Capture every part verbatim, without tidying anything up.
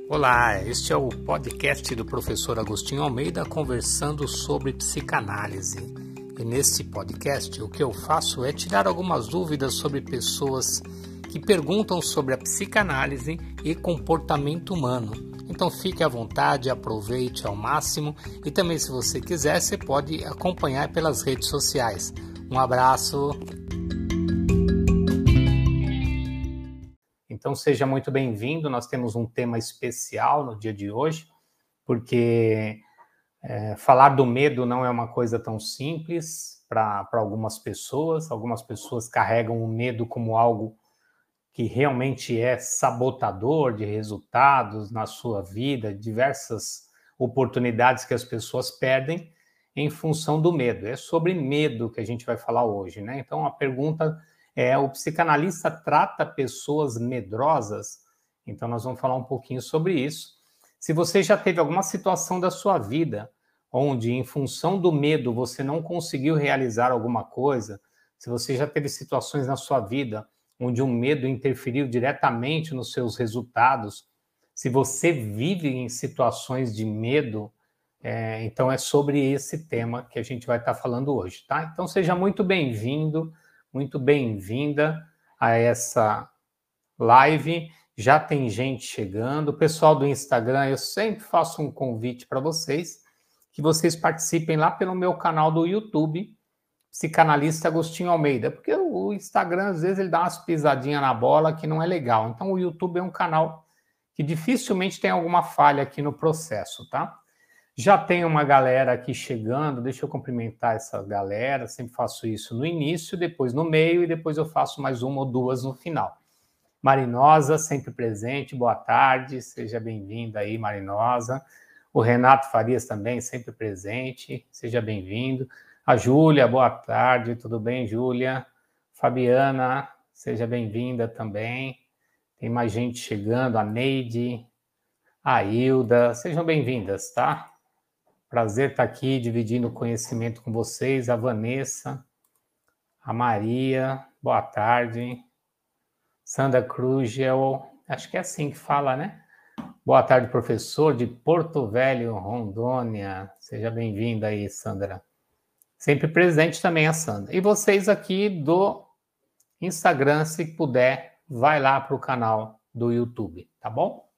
Olá, este é o podcast do professor Agostinho Almeida conversando sobre psicanálise. E neste podcast o que eu faço é tirar algumas dúvidas sobre pessoas que perguntam sobre a psicanálise e comportamento humano. Então fique à vontade, aproveite ao máximo e também, se você quiser, você pode acompanhar pelas redes sociais. Um abraço! Então seja muito bem-vindo, nós temos um tema especial no dia de hoje, porque é, falar do medo não é uma coisa tão simples para algumas pessoas. Algumas pessoas carregam o medo como algo que realmente é sabotador de resultados na sua vida, diversas oportunidades que as pessoas perdem em função do medo. É sobre medo que a gente vai falar hoje, né? Então a pergunta é: o psicanalista trata pessoas medrosas? Então nós vamos falar um pouquinho sobre isso. Se você já teve alguma situação da sua vida onde, em função do medo, você não conseguiu realizar alguma coisa, se você já teve situações na sua vida onde um medo interferiu diretamente nos seus resultados, se você vive em situações de medo, é, então é sobre esse tema que a gente vai estar falando hoje, tá? Então seja muito bem-vindo, muito bem-vinda a essa live. Já tem gente chegando. O pessoal do Instagram, eu sempre faço um convite para vocês, que vocês participem lá pelo meu canal do YouTube, Psicanalista Agostinho Almeida, porque o Instagram, às vezes, ele dá umas pisadinhas na bola que não é legal. Então, o YouTube é um canal que dificilmente tem alguma falha aqui no processo, tá? Já tem uma galera aqui chegando, deixa eu cumprimentar essa galera, sempre faço isso no início, depois no meio e depois eu faço mais uma ou duas no final. Marinosa, sempre presente, boa tarde, seja bem-vinda aí, Marinosa. O Renato Farias também, sempre presente, seja bem-vindo. A Júlia, boa tarde, tudo bem, Júlia? Fabiana, seja bem-vinda também. Tem mais gente chegando, a Neide, a Hilda, sejam bem-vindas, tá? Prazer estar aqui dividindo conhecimento com vocês. A Vanessa, a Maria, boa tarde. Sandra Crugel, acho que é assim que fala, né? Boa tarde, professor de Porto Velho, Rondônia. Seja bem-vinda aí, Sandra. Sempre presente também a Sandra. E vocês aqui do Instagram, se puder, vai lá para o canal do YouTube, tá bom?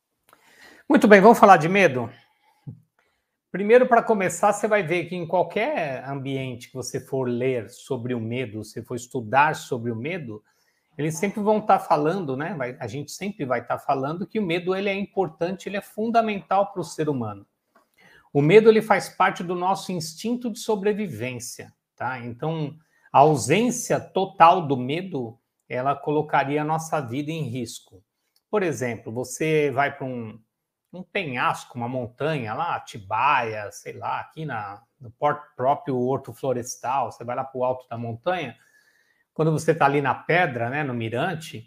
Muito bem, vamos falar de medo? Primeiro, para começar, você vai ver que em qualquer ambiente que você for ler sobre o medo, se for estudar sobre o medo, eles sempre vão estar falando, né? Vai, a gente sempre vai estar falando que o medo ele é importante, ele é fundamental para o ser humano. O medo ele faz parte do nosso instinto de sobrevivência, tá? Então, a ausência total do medo, ela colocaria a nossa vida em risco. Por exemplo, você vai para um, um penhasco, uma montanha lá, Atibaia, sei lá, aqui na, no próprio Horto Florestal, você vai lá para o alto da montanha, quando você está ali na pedra, né, no mirante,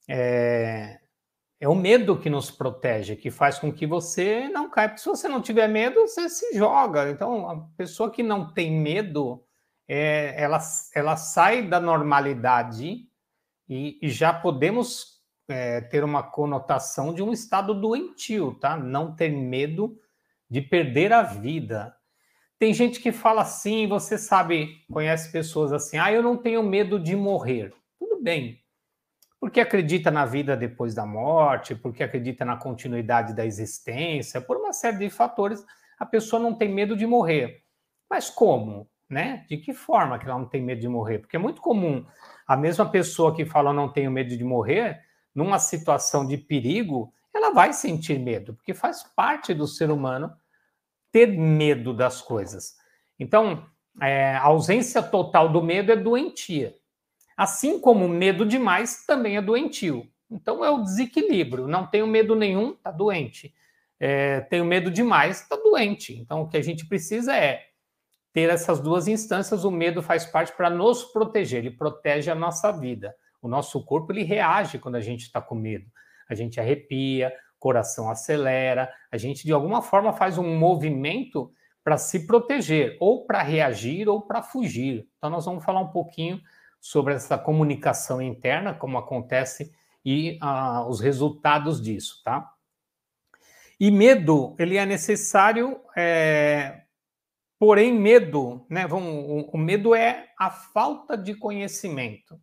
é... É o medo que nos protege, que faz com que você não caia. Porque se você não tiver medo, você se joga. Então, a pessoa que não tem medo, é, ela, ela sai da normalidade e, e já podemos é, ter uma conotação de um estado doentio, tá? Não ter medo de perder a vida. Tem gente que fala assim, você sabe, conhece pessoas assim, ah, eu não tenho medo de morrer. Tudo bem. Porque acredita na vida depois da morte, porque acredita na continuidade da existência, por uma série de fatores, a pessoa não tem medo de morrer. Mas como? Né? De que forma que ela não tem medo de morrer? Porque é muito comum a mesma pessoa que fala não tenho medo de morrer, numa situação de perigo, ela vai sentir medo, porque faz parte do ser humano ter medo das coisas. Então, é, a ausência total do medo é doentia. Assim como medo demais também é doentio. Então é o desequilíbrio. Não tenho medo nenhum, está doente. É, tenho medo demais, está doente. Então o que a gente precisa é ter essas duas instâncias. O medo faz parte para nos proteger. Ele protege a nossa vida. O nosso corpo ele reage quando a gente está com medo. A gente arrepia, coração acelera. A gente de alguma forma faz um movimento para se proteger, ou para reagir, ou para fugir. Então nós vamos falar um pouquinho sobre essa comunicação interna, como acontece, e uh, os resultados disso, tá? E medo, ele é necessário, é, porém medo, né? Vamos, o, o medo é a falta de conhecimento.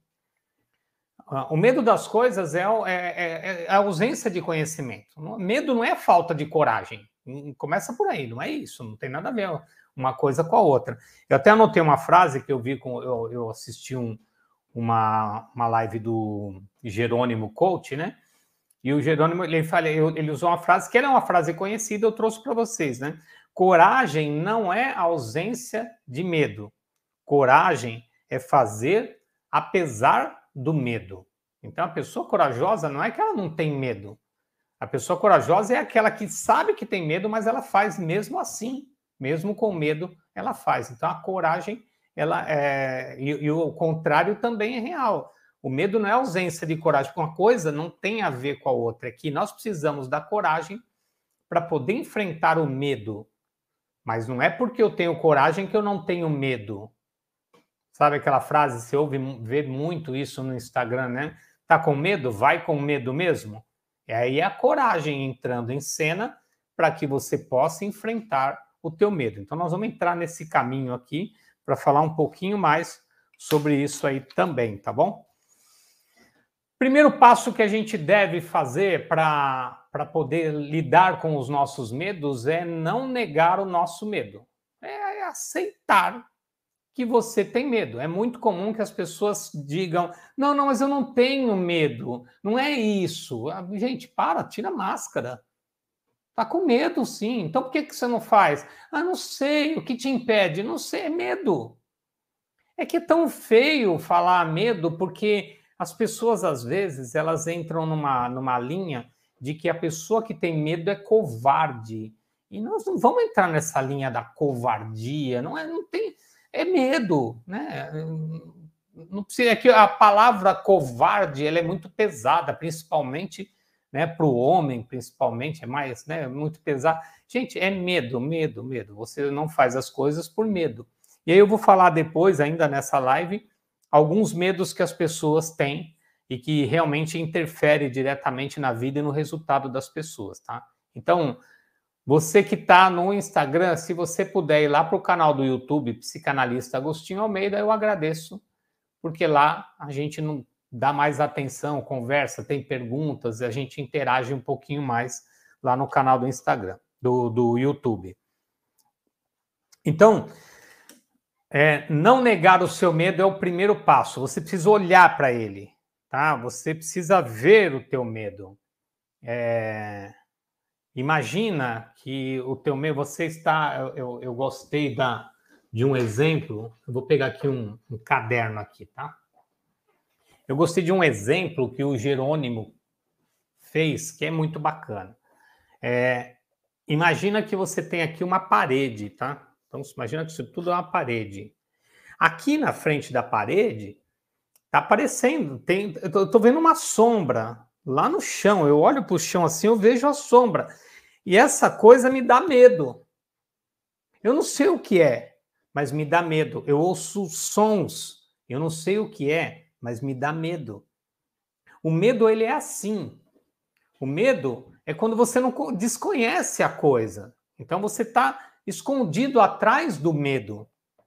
O medo das coisas é, é, é, é a ausência de conhecimento. Medo não é falta de coragem. Começa por aí, não é isso, não tem nada a ver uma coisa com a outra. Eu até anotei uma frase que eu vi, com, eu, eu assisti um, uma, uma live do Jerônimo Coach, né? E o Jerônimo, ele, fala, ele usou uma frase que era uma frase conhecida, eu trouxe para vocês, né? Coragem não é ausência de medo. Coragem é fazer apesar do medo. Então, a pessoa corajosa não é que ela não tem medo. A pessoa corajosa é aquela que sabe que tem medo, mas ela faz mesmo assim. Mesmo com medo, ela faz. Então, a coragem, ela é... E, e o contrário também é real. O medo não é ausência de coragem. Uma coisa não tem a ver com a outra. É que nós precisamos da coragem para poder enfrentar o medo. Mas não é porque eu tenho coragem que eu não tenho medo. Sabe aquela frase, você ouve ver muito isso no Instagram, né? Tá com medo? Vai com medo mesmo? E aí é a coragem entrando em cena para que você possa enfrentar o teu medo. Então nós vamos entrar nesse caminho aqui para falar um pouquinho mais sobre isso aí também, tá bom? Primeiro passo que a gente deve fazer para para poder lidar com os nossos medos é não negar o nosso medo. É aceitar que você tem medo. É muito comum que as pessoas digam, não, não, mas eu não tenho medo, não é isso. Gente, para, tira a máscara. Tá com medo, sim. Então por que, que você não faz? Ah, não sei, o que te impede? Não sei, é medo. É que é tão feio falar medo, porque as pessoas, às vezes, elas entram numa, numa linha de que a pessoa que tem medo é covarde. E nós não vamos entrar nessa linha da covardia, não é, não tem... É medo, né? Não precisa, é que a palavra covarde ela é muito pesada, principalmente, né, para o homem, principalmente, é mais, né, muito pesado. Gente, é medo, medo, medo. Você não faz as coisas por medo. E aí eu vou falar depois, ainda nessa live, alguns medos que as pessoas têm e que realmente interferem diretamente na vida e no resultado das pessoas, tá? Então, você que está no Instagram, se você puder ir lá para o canal do YouTube, Psicanalista Agostinho Almeida, eu agradeço, porque lá a gente não dá mais atenção, conversa, tem perguntas, a gente interage um pouquinho mais lá no canal do Instagram, do, do YouTube. Então, é, não negar o seu medo é o primeiro passo. Você precisa olhar para ele, tá? Você precisa ver o teu medo. É... Imagina que o teu medo, você está, eu, eu gostei da, de um exemplo, eu vou pegar aqui um, um caderno aqui, tá? Eu gostei de um exemplo que o Jerônimo fez, que é muito bacana. É, imagina que você tem aqui uma parede, tá? Então, imagina que isso tudo é uma parede. Aqui na frente da parede, tá aparecendo, tem, eu tô vendo uma sombra lá no chão, eu olho para o chão assim, eu vejo a sombra. E essa coisa me dá medo. Eu não sei o que é, mas me dá medo. Eu ouço sons, eu não sei o que é, mas me dá medo. O medo, ele é assim. O medo é quando você não desconhece a coisa. Então você está escondido atrás do medo.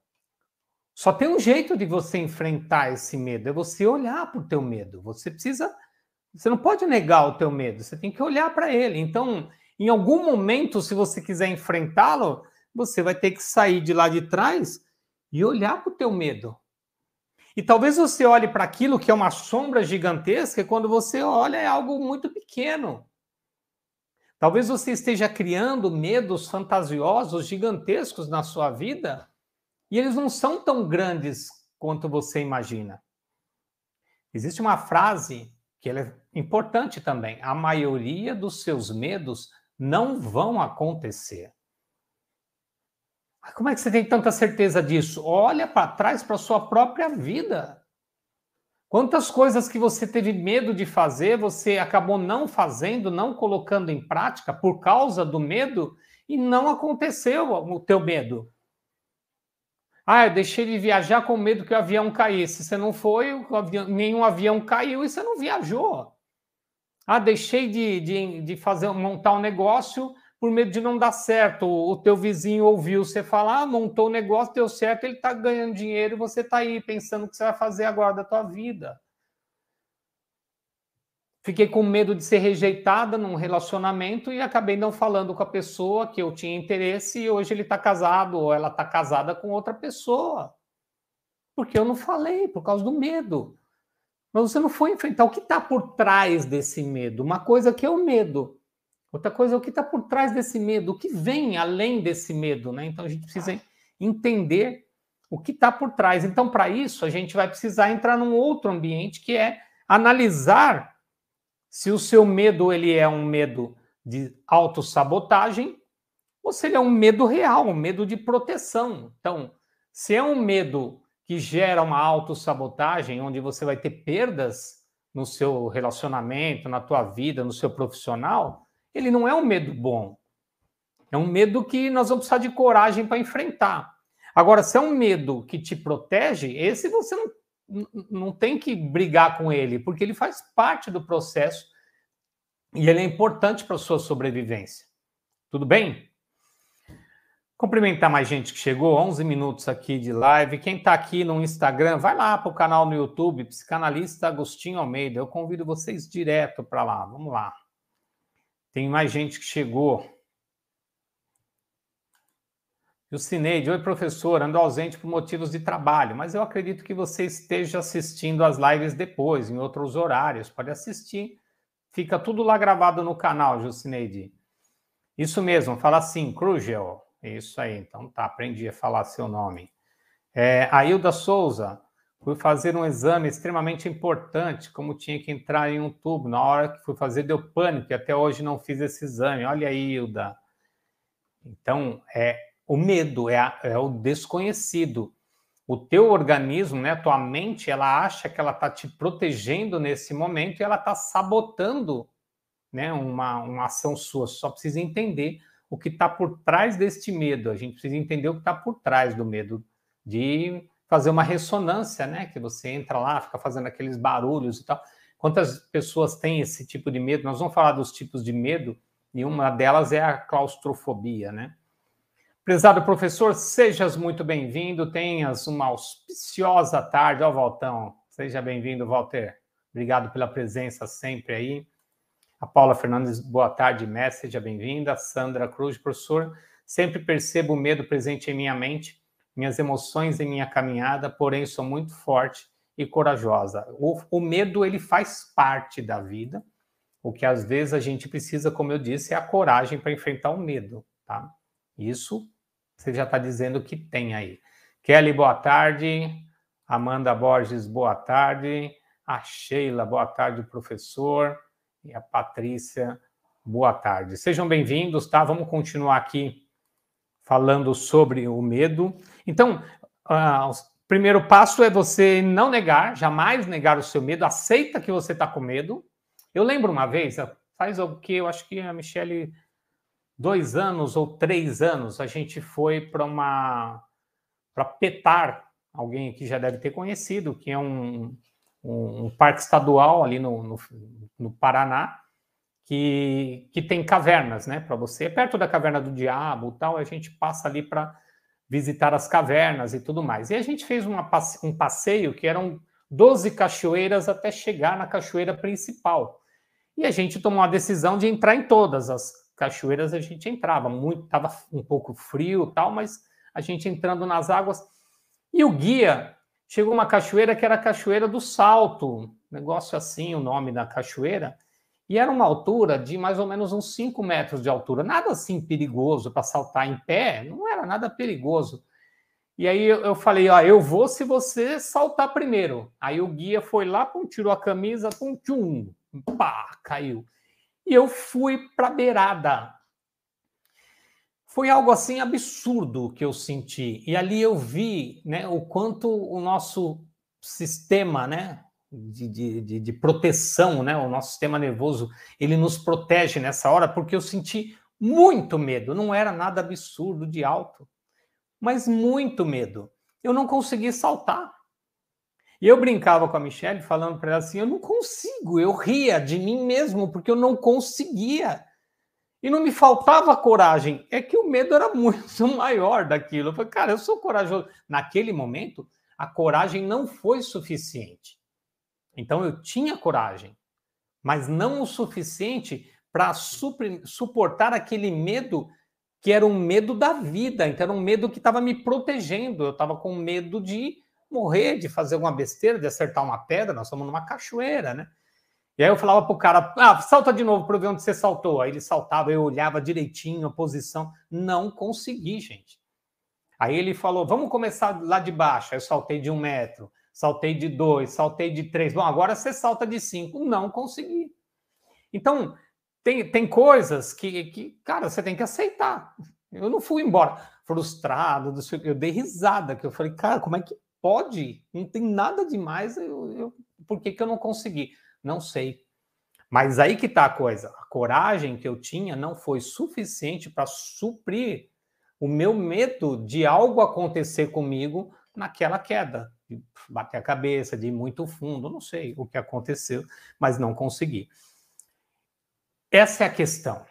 Só tem um jeito de você enfrentar esse medo, é você olhar para o teu medo. Você precisa... Você não pode negar o teu medo, você tem que olhar para ele. Então, em algum momento, se você quiser enfrentá-lo, você vai ter que sair de lá de trás e olhar para o teu medo. E talvez você olhe para aquilo que é uma sombra gigantesca e quando você olha é algo muito pequeno. Talvez você esteja criando medos fantasiosos, gigantescos na sua vida e eles não são tão grandes quanto você imagina. Existe uma frase que ela é importante também. A maioria dos seus medos não vão acontecer. Como é que você tem tanta certeza disso? Olha para trás, para a sua própria vida. Quantas coisas que você teve medo de fazer, você acabou não fazendo, não colocando em prática por causa do medo e não aconteceu o teu medo. Ah, eu deixei de viajar com medo que o avião caísse. Você não foi, o avião, nenhum avião caiu e você não viajou. Ah, deixei de, de, de fazer, montar um negócio por medo de não dar certo. O teu vizinho ouviu você falar, ah, montou o negócio, deu certo, ele está ganhando dinheiro e você está aí pensando o que você vai fazer agora da tua vida. Fiquei com medo de ser rejeitada num relacionamento e acabei não falando com a pessoa que eu tinha interesse e hoje ele está casado ou ela está casada com outra pessoa. Porque eu não falei, por causa do medo. Mas você não foi enfrentar o que está por trás desse medo. Uma coisa que é o medo. Outra coisa é o que está por trás desse medo, o que vem além desse medo, né? Então a gente precisa entender o que está por trás. Então, para isso, a gente vai precisar entrar num outro ambiente que é analisar se o seu medo ele é um medo de autossabotagem ou se ele é um medo real, um medo de proteção. Então, se é um medo que gera uma autossabotagem, onde você vai ter perdas no seu relacionamento, na tua vida, no seu profissional, ele não é um medo bom. É um medo que nós vamos precisar de coragem para enfrentar. Agora, se é um medo que te protege, esse você não não tem que brigar com ele, porque ele faz parte do processo e ele é importante para a sua sobrevivência. Tudo bem? Cumprimentar mais gente que chegou, onze minutos aqui de live. Quem está aqui no Instagram, vai lá para o canal no YouTube, Psicanalista Agostinho Almeida. Eu convido vocês direto para lá. Vamos lá. Tem mais gente que chegou. E o Cineide, oi professor, ando ausente por motivos de trabalho, mas eu acredito que você esteja assistindo as lives depois, em outros horários, pode assistir. Fica tudo lá gravado no canal, Jucineide. Isso mesmo, fala assim, Crugel. Isso aí, então tá, aprendi a falar seu nome. É, Ailda Souza, fui fazer um exame extremamente importante, como tinha que entrar em um tubo. Na hora que fui fazer, deu pânico, e até hoje não fiz esse exame. Olha aí, Ailda. Então, é... o medo é, a, é o desconhecido. O teu organismo, né, tua mente, ela acha que ela está te protegendo nesse momento e ela está sabotando, né, uma, uma ação sua. Só precisa entender o que está por trás deste medo. A gente precisa entender o que está por trás do medo, de fazer uma ressonância, né, que você entra lá, fica fazendo aqueles barulhos e tal. Quantas pessoas têm esse tipo de medo? Nós vamos falar dos tipos de medo e uma delas é a claustrofobia, né? Prezado professor, sejas muito bem-vindo, tenhas uma auspiciosa tarde. Ó, Valtão, seja bem-vindo, Walter. Obrigado pela presença sempre aí. A Paula Fernandes, boa tarde, mestre, seja bem-vinda. Sandra Cruz, professor, sempre percebo o medo presente em minha mente, minhas emoções em minha caminhada, porém sou muito forte e corajosa. O, o medo, ele faz parte da vida. O que às vezes a gente precisa, como eu disse, é a coragem para enfrentar o medo, tá? Isso você já está dizendo que tem aí. Kelly, boa tarde. Amanda Borges, boa tarde. A Sheila, boa tarde, professor. E a Patrícia, boa tarde. Sejam bem-vindos, tá? Vamos continuar aqui falando sobre o medo. Então, uh, o primeiro passo é você não negar, jamais negar o seu medo. Aceita que você está com medo. Eu lembro uma vez, faz o que eu acho que a Michele... dois anos ou três anos, a gente foi para uma... para Petar, alguém aqui já deve ter conhecido, que é um, um, um parque estadual ali no, no, no Paraná, que, que tem cavernas, né, para você. É perto da Caverna do Diabo e tal, a gente passa ali para visitar as cavernas e tudo mais. E a gente fez uma, um passeio que eram doze cachoeiras até chegar na cachoeira principal. E a gente tomou a decisão de entrar em todas as cachoeiras, a gente entrava, muito, estava um pouco frio e tal, mas a gente entrando nas águas. E o guia chegou uma cachoeira que era a Cachoeira do Salto, negócio assim, o nome da cachoeira, e era uma altura de mais ou menos uns cinco metros de altura, nada assim perigoso para saltar em pé, não era nada perigoso. E aí eu, eu falei, ó, eu vou se você saltar primeiro. Aí o guia foi lá, pum, tirou a camisa, pum, tchum, pá, caiu. E eu fui para a beirada. Foi algo assim absurdo que eu senti. E ali eu vi, né, o quanto o nosso sistema, né, de, de, de proteção, né, o nosso sistema nervoso, ele nos protege nessa hora, porque eu senti muito medo. Não era nada absurdo de alto, mas muito medo. Eu não consegui saltar. E eu brincava com a Michele, falando para ela assim, eu não consigo, eu ria de mim mesmo, porque eu não conseguia. E não me faltava coragem, é que o medo era muito maior daquilo. Eu falei, cara, eu sou corajoso. Naquele momento, a coragem não foi suficiente. Então, eu tinha coragem, mas não o suficiente para suportar aquele medo que era um medo da vida. Então, era um medo que estava me protegendo. Eu estava com medo de morrer, de fazer alguma besteira, de acertar uma pedra. Nós estamos numa cachoeira, né? E aí eu falava pro cara, ah, salta de novo para ver onde você saltou. Aí ele saltava, eu olhava direitinho a posição. Não consegui, gente. Aí ele falou, vamos começar lá de baixo. Aí eu saltei de um metro, saltei de dois, saltei de três. Bom, agora você salta de cinco. Não consegui. Então, tem, tem coisas que, que, cara, você tem que aceitar. Eu não fui embora frustrado, eu dei risada, que eu falei, cara, como é que pode? Não tem nada demais, eu, eu, por que, que eu não consegui? Não sei. Mas aí que está a coisa. A coragem que eu tinha não foi suficiente para suprir o meu medo de algo acontecer comigo naquela queda. De bater a cabeça, de ir muito fundo. Não sei o que aconteceu, mas não consegui. Essa é a questão.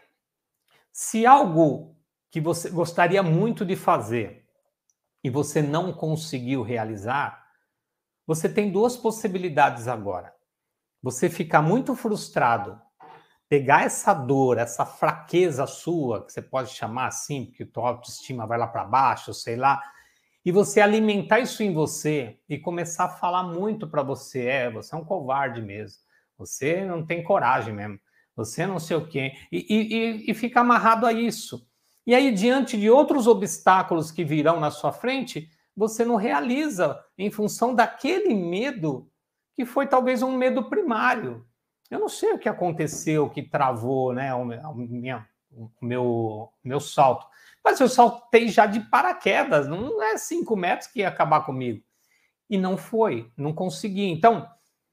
Se algo que você gostaria muito de fazer e você não conseguiu realizar, você tem duas possibilidades agora. Você ficar muito frustrado, pegar essa dor, essa fraqueza sua, que você pode chamar assim, porque a tua autoestima vai lá para baixo, sei lá, e você alimentar isso em você e começar a falar muito para você, é, você é um covarde mesmo, você não tem coragem mesmo, você não sei o quê, e, e, e fica amarrado a isso. E aí, diante de outros obstáculos que virão na sua frente, você não realiza em função daquele medo que foi talvez um medo primário. Eu não sei o que aconteceu, que travou, né, o, minha, o meu, meu salto. Mas eu saltei já de paraquedas, não é cinco metros que ia acabar comigo. E não foi, não consegui. Então,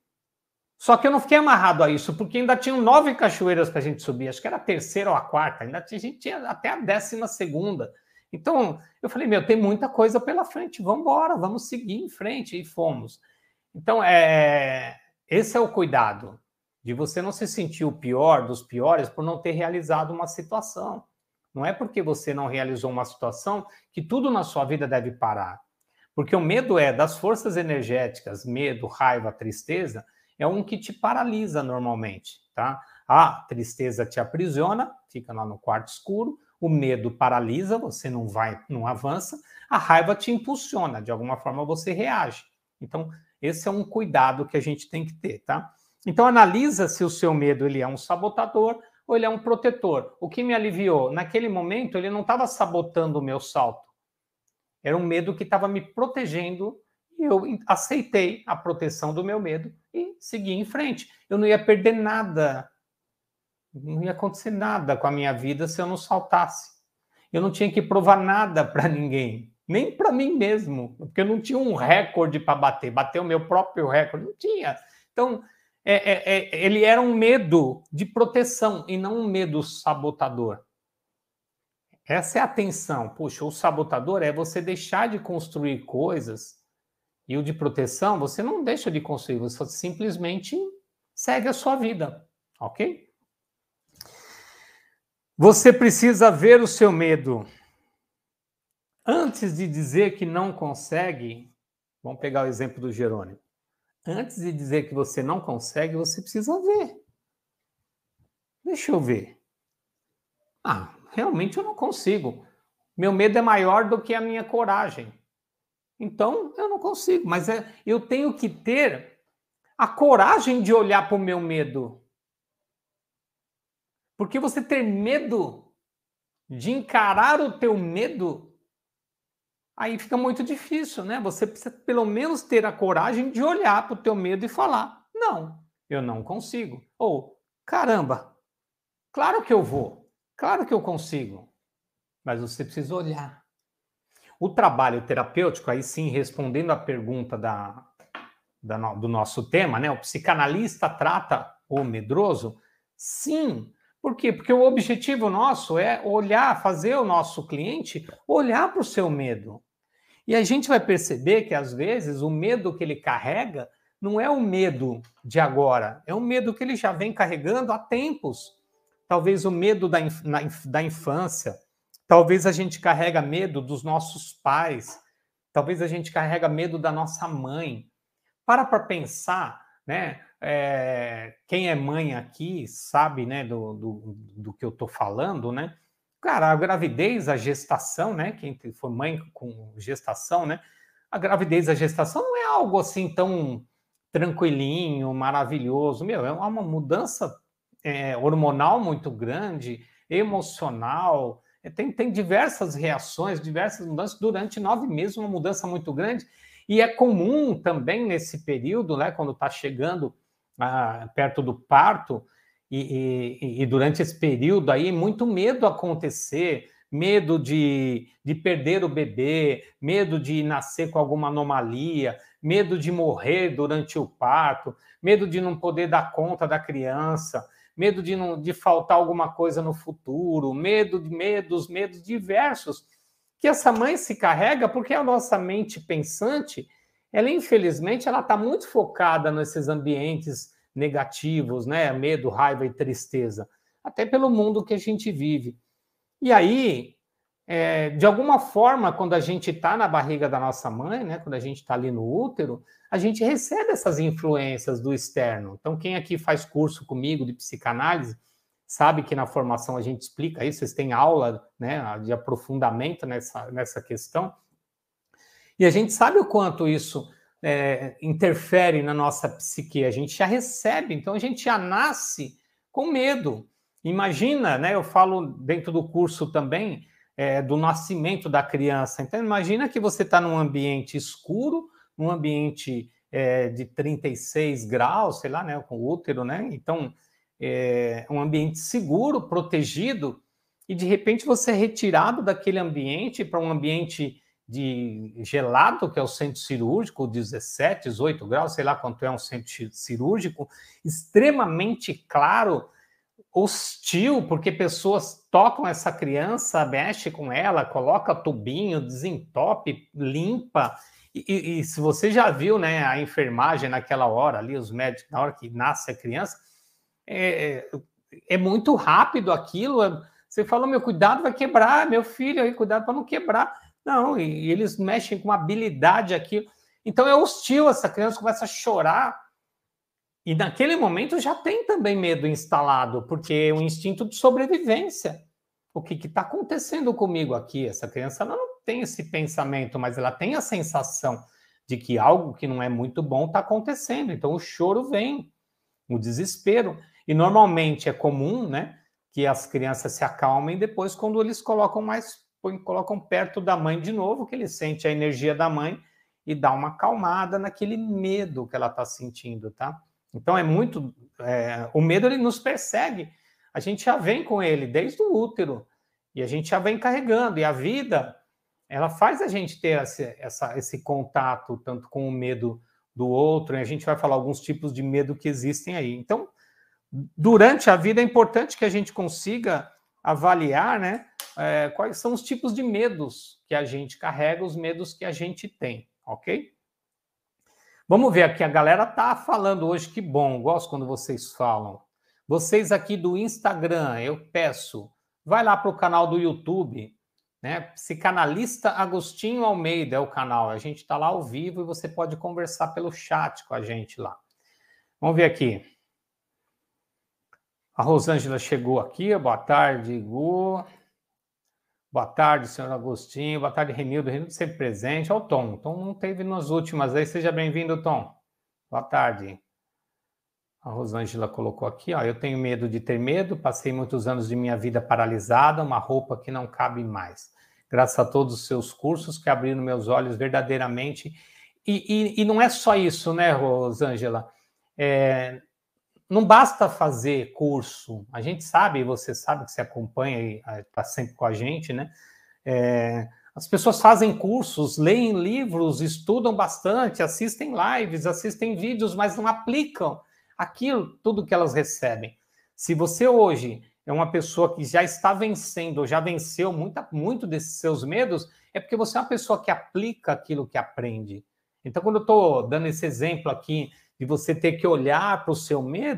só que eu não fiquei amarrado a isso, porque ainda tinham nove cachoeiras para a gente subir, acho que era a terceira ou a quarta, ainda tinha, a gente tinha até a décima segunda. Então, eu falei, meu, tem muita coisa pela frente, vamos embora, vamos seguir em frente, e fomos. Então, é, esse é o cuidado, de você não se sentir o pior dos piores por não ter realizado uma situação. Não é porque você não realizou uma situação que tudo na sua vida deve parar. Porque o medo é das forças energéticas, medo, raiva, tristeza, é um que te paralisa normalmente, tá? A tristeza te aprisiona, fica lá no quarto escuro, o medo paralisa, você não vai, não avança, a raiva te impulsiona, de alguma forma você reage. Então, esse é um cuidado que a gente tem que ter, tá? Então, analisa se o seu medo ele é um sabotador ou ele é um protetor. O que me aliviou? Naquele momento, ele não estava sabotando o meu salto. Era um medo que estava me protegendo e eu aceitei a proteção do meu medo e segui em frente. Eu não ia perder nada. Não ia acontecer nada com a minha vida se eu não saltasse. Eu não tinha que provar nada para ninguém. Nem para mim mesmo, porque eu não tinha um recorde para bater, bater o meu próprio recorde, não tinha. Então, é, é, é, ele era um medo de proteção e não um medo sabotador. Essa é a tensão. Puxa, o sabotador é você deixar de construir coisas e o de proteção, você não deixa de construir, você simplesmente segue a sua vida, ok? Você precisa ver o seu medo. Antes de dizer que não consegue, vamos pegar o exemplo do Jerônimo. Antes de dizer que você não consegue, você precisa ver. Deixa eu ver. Ah, realmente eu não consigo. Meu medo é maior do que a minha coragem. Então, eu não consigo. Mas é, eu tenho que ter a coragem de olhar para o meu medo. Porque você ter medo de encarar o teu medo, aí fica muito difícil, né? Você precisa pelo menos ter a coragem de olhar para o teu medo e falar, não, eu não consigo. Ou, caramba, claro que eu vou, claro que eu consigo. Mas você precisa olhar. O trabalho terapêutico, aí sim, respondendo à pergunta da, da, do nosso tema, né? O psicanalista trata o medroso? Sim. Por quê? Porque o objetivo nosso é olhar, fazer o nosso cliente olhar para o seu medo. E a gente vai perceber que, às vezes, o medo que ele carrega não é o medo de agora, é um medo que ele já vem carregando há tempos. talvez o medo da, inf na, da infância, talvez a gente carrega medo dos nossos pais, talvez a gente carrega medo da nossa mãe. Para para pensar, né? É, quem é mãe aqui sabe, né, do, do, do que eu estou falando, né? Cara, a gravidez, a gestação, né? Quem foi mãe com gestação, né? A gravidez, a gestação não é algo assim tão tranquilinho, maravilhoso. Meu, é uma mudança é, hormonal muito grande, emocional. É, tem, tem diversas reações, diversas mudanças durante nove meses, uma mudança muito grande. E é comum também nesse período, né, quando está chegando ah, perto do parto, e, e, e durante esse período aí, muito medo acontecer, medo de, de perder o bebê, medo de nascer com alguma anomalia, medo de morrer durante o parto, medo de não poder dar conta da criança, medo de, não, de faltar alguma coisa no futuro, medo de medos, medos diversos, que essa mãe se carrega porque a nossa mente pensante, ela infelizmente, ela está muito focada nesses ambientes negativos, né? Medo, raiva e tristeza, até pelo mundo que a gente vive. E aí, é, de alguma forma, quando a gente está na barriga da nossa mãe, né? Quando a gente está ali no útero, a gente recebe essas influências do externo. Então, quem aqui faz curso comigo de psicanálise, sabe que na formação a gente explica isso, vocês têm aula, né, de aprofundamento nessa, nessa questão, e a gente sabe o quanto isso é, interfere na nossa psique, a gente já recebe, então a gente já nasce com medo. Imagina, né, eu falo dentro do curso também, é, do nascimento da criança, então imagina que você está num ambiente escuro, num ambiente é, de trinta e seis graus, sei lá, né, com útero, né, então é, um ambiente seguro, protegido, e de repente você é retirado daquele ambiente para um ambiente de gelado, que é o centro cirúrgico, dezessete, dezoito graus, sei lá quanto é um centro cirúrgico, extremamente claro, hostil, porque pessoas tocam essa criança, mexe com ela, coloca tubinho, desentope, limpa. E, e, e se você já viu, né, a enfermagem naquela hora ali, os médicos, na hora que nasce a criança, É, é muito rápido aquilo. Você fala, meu, cuidado, vai quebrar, meu filho, aí, cuidado para não quebrar. Não, e, e eles mexem com habilidade aqui. Então é hostil, essa criança começa a chorar. E naquele momento já tem também medo instalado, porque é um instinto de sobrevivência. O que está acontecendo comigo aqui? Essa criança ela não tem esse pensamento, mas ela tem a sensação de que algo que não é muito bom está acontecendo. Então o choro vem, o desespero. E normalmente é comum, né, que as crianças se acalmem depois quando eles colocam mais, colocam perto da mãe de novo, que ele sente a energia da mãe e dá uma acalmada naquele medo que ela está sentindo, tá? Então é muito... É, o medo, ele nos persegue. A gente já vem com ele desde o útero e a gente já vem carregando. E a vida, ela faz a gente ter esse, essa, esse contato tanto com o medo do outro, e a gente vai falar alguns tipos de medo que existem aí. Então, durante a vida é importante que a gente consiga avaliar, né, é, quais são os tipos de medos que a gente carrega, os medos que a gente tem, ok? Vamos ver aqui, a galera tá falando hoje, que bom, gosto quando vocês falam. Vocês aqui do Instagram, eu peço, vai lá para o canal do YouTube, né? Psicanalista Agostinho Almeida é o canal, a gente está lá ao vivo e você pode conversar pelo chat com a gente lá. Vamos ver aqui. A Rosângela chegou aqui, boa tarde, Gu. Boa tarde, senhor Agostinho. Boa tarde, Renildo. Renildo sempre presente. Olha o Tom. Tom não teve nas últimas aí. Seja bem-vindo, Tom. Boa tarde. A Rosângela colocou aqui, ó. Eu tenho medo de ter medo. Passei muitos anos de minha vida paralisada, uma roupa que não cabe mais. Graças a todos os seus cursos que abriram meus olhos verdadeiramente. E, e, e não é só isso, né, Rosângela? É... Não basta fazer curso, a gente sabe, você sabe que você acompanha e está sempre com a gente, né? É, as pessoas fazem cursos, leem livros, estudam bastante, assistem lives, assistem vídeos, mas não aplicam aquilo, tudo que elas recebem. Se você hoje é uma pessoa que já está vencendo, ou já venceu muita, muito desses seus medos, é porque você é uma pessoa que aplica aquilo que aprende. Então, quando eu estou dando esse exemplo aqui, de você ter que olhar para o seu medo,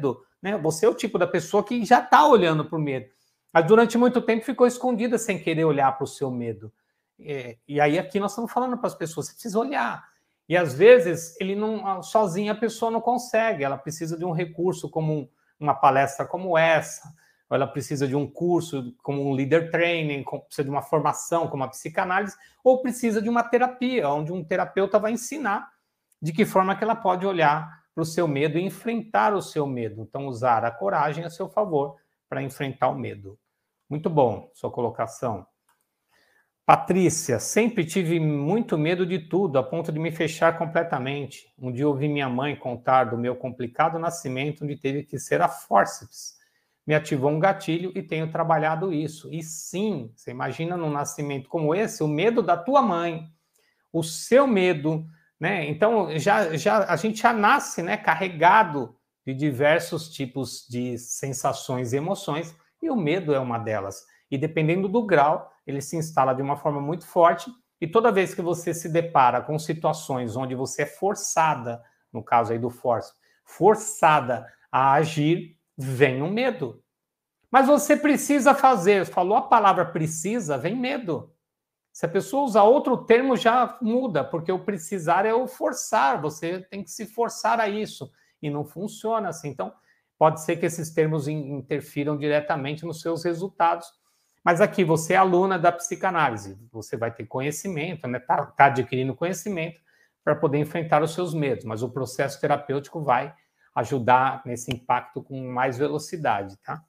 né? Você é o tipo da pessoa que já está olhando para o medo, mas durante muito tempo ficou escondida sem querer olhar para o seu medo. É, e aí aqui nós estamos falando para as pessoas, você precisa olhar. E às vezes ele não, sozinha a pessoa não consegue, ela precisa de um recurso como uma palestra como essa, ou ela precisa de um curso como um leader training, precisa de uma formação como a psicanálise, ou precisa de uma terapia, onde um terapeuta vai ensinar de que forma que ela pode olhar para o seu medo e enfrentar o seu medo. Então, usar a coragem a seu favor para enfrentar o medo. Muito bom, sua colocação. Patrícia, sempre tive muito medo de tudo, a ponto de me fechar completamente. Um dia ouvi minha mãe contar do meu complicado nascimento, onde teve que ser a fórceps. Me ativou um gatilho e tenho trabalhado isso. E sim, você imagina num nascimento como esse, o medo da tua mãe, o seu medo, né? Então, já, já, a gente já nasce, né, carregado de diversos tipos de sensações e emoções, e o medo é uma delas. E dependendo do grau, ele se instala de uma forma muito forte, e toda vez que você se depara com situações onde você é forçada, no caso aí do force, forçada a agir, vem o medo. Mas você precisa fazer, falou a palavra precisa, vem medo. Se a pessoa usar outro termo, já muda, porque o precisar é o forçar, você tem que se forçar a isso, e não funciona assim. Então, pode ser que esses termos interfiram diretamente nos seus resultados. Mas aqui, você é aluna da psicanálise, você vai ter conhecimento, né? Tá, tá adquirindo conhecimento para poder enfrentar os seus medos, mas o processo terapêutico vai ajudar nesse impacto com mais velocidade, tá?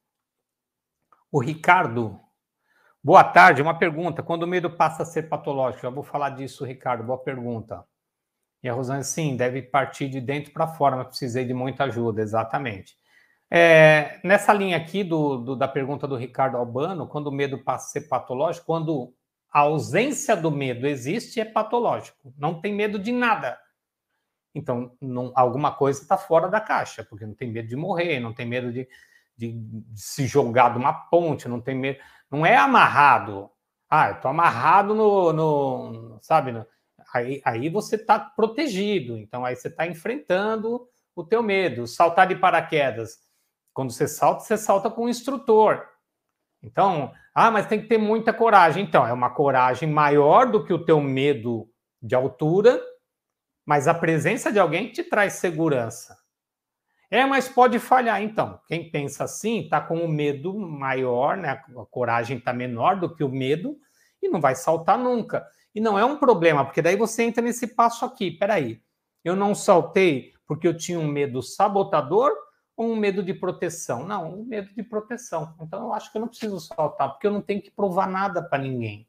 O Ricardo, boa tarde, uma pergunta, quando o medo passa a ser patológico? Já vou falar disso, Ricardo, boa pergunta. E a Rosane, sim, deve partir de dentro para fora, mas precisei de muita ajuda, exatamente. É, nessa linha aqui do, do, da pergunta do Ricardo Albano, quando o medo passa a ser patológico, quando a ausência do medo existe, é patológico, não tem medo de nada. Então, não, alguma coisa está fora da caixa, porque não tem medo de morrer, não tem medo de, de, de se jogar de uma ponte, não tem medo, não é amarrado. Ah, eu estou amarrado no, no sabe, no, aí, aí você está protegido, então aí você está enfrentando o teu medo. Saltar de paraquedas, quando você salta, você salta com o instrutor. Então, ah, mas tem que ter muita coragem. Então, é uma coragem maior do que o teu medo de altura, mas a presença de alguém te traz segurança. É, mas pode falhar. Então, quem pensa assim está com o medo maior, né? A coragem está menor do que o medo e não vai saltar nunca. E não é um problema, porque daí você entra nesse passo aqui. Peraí, eu não saltei porque eu tinha um medo sabotador ou um medo de proteção? Não, um medo de proteção. Então, eu acho que eu não preciso saltar, porque eu não tenho que provar nada para ninguém.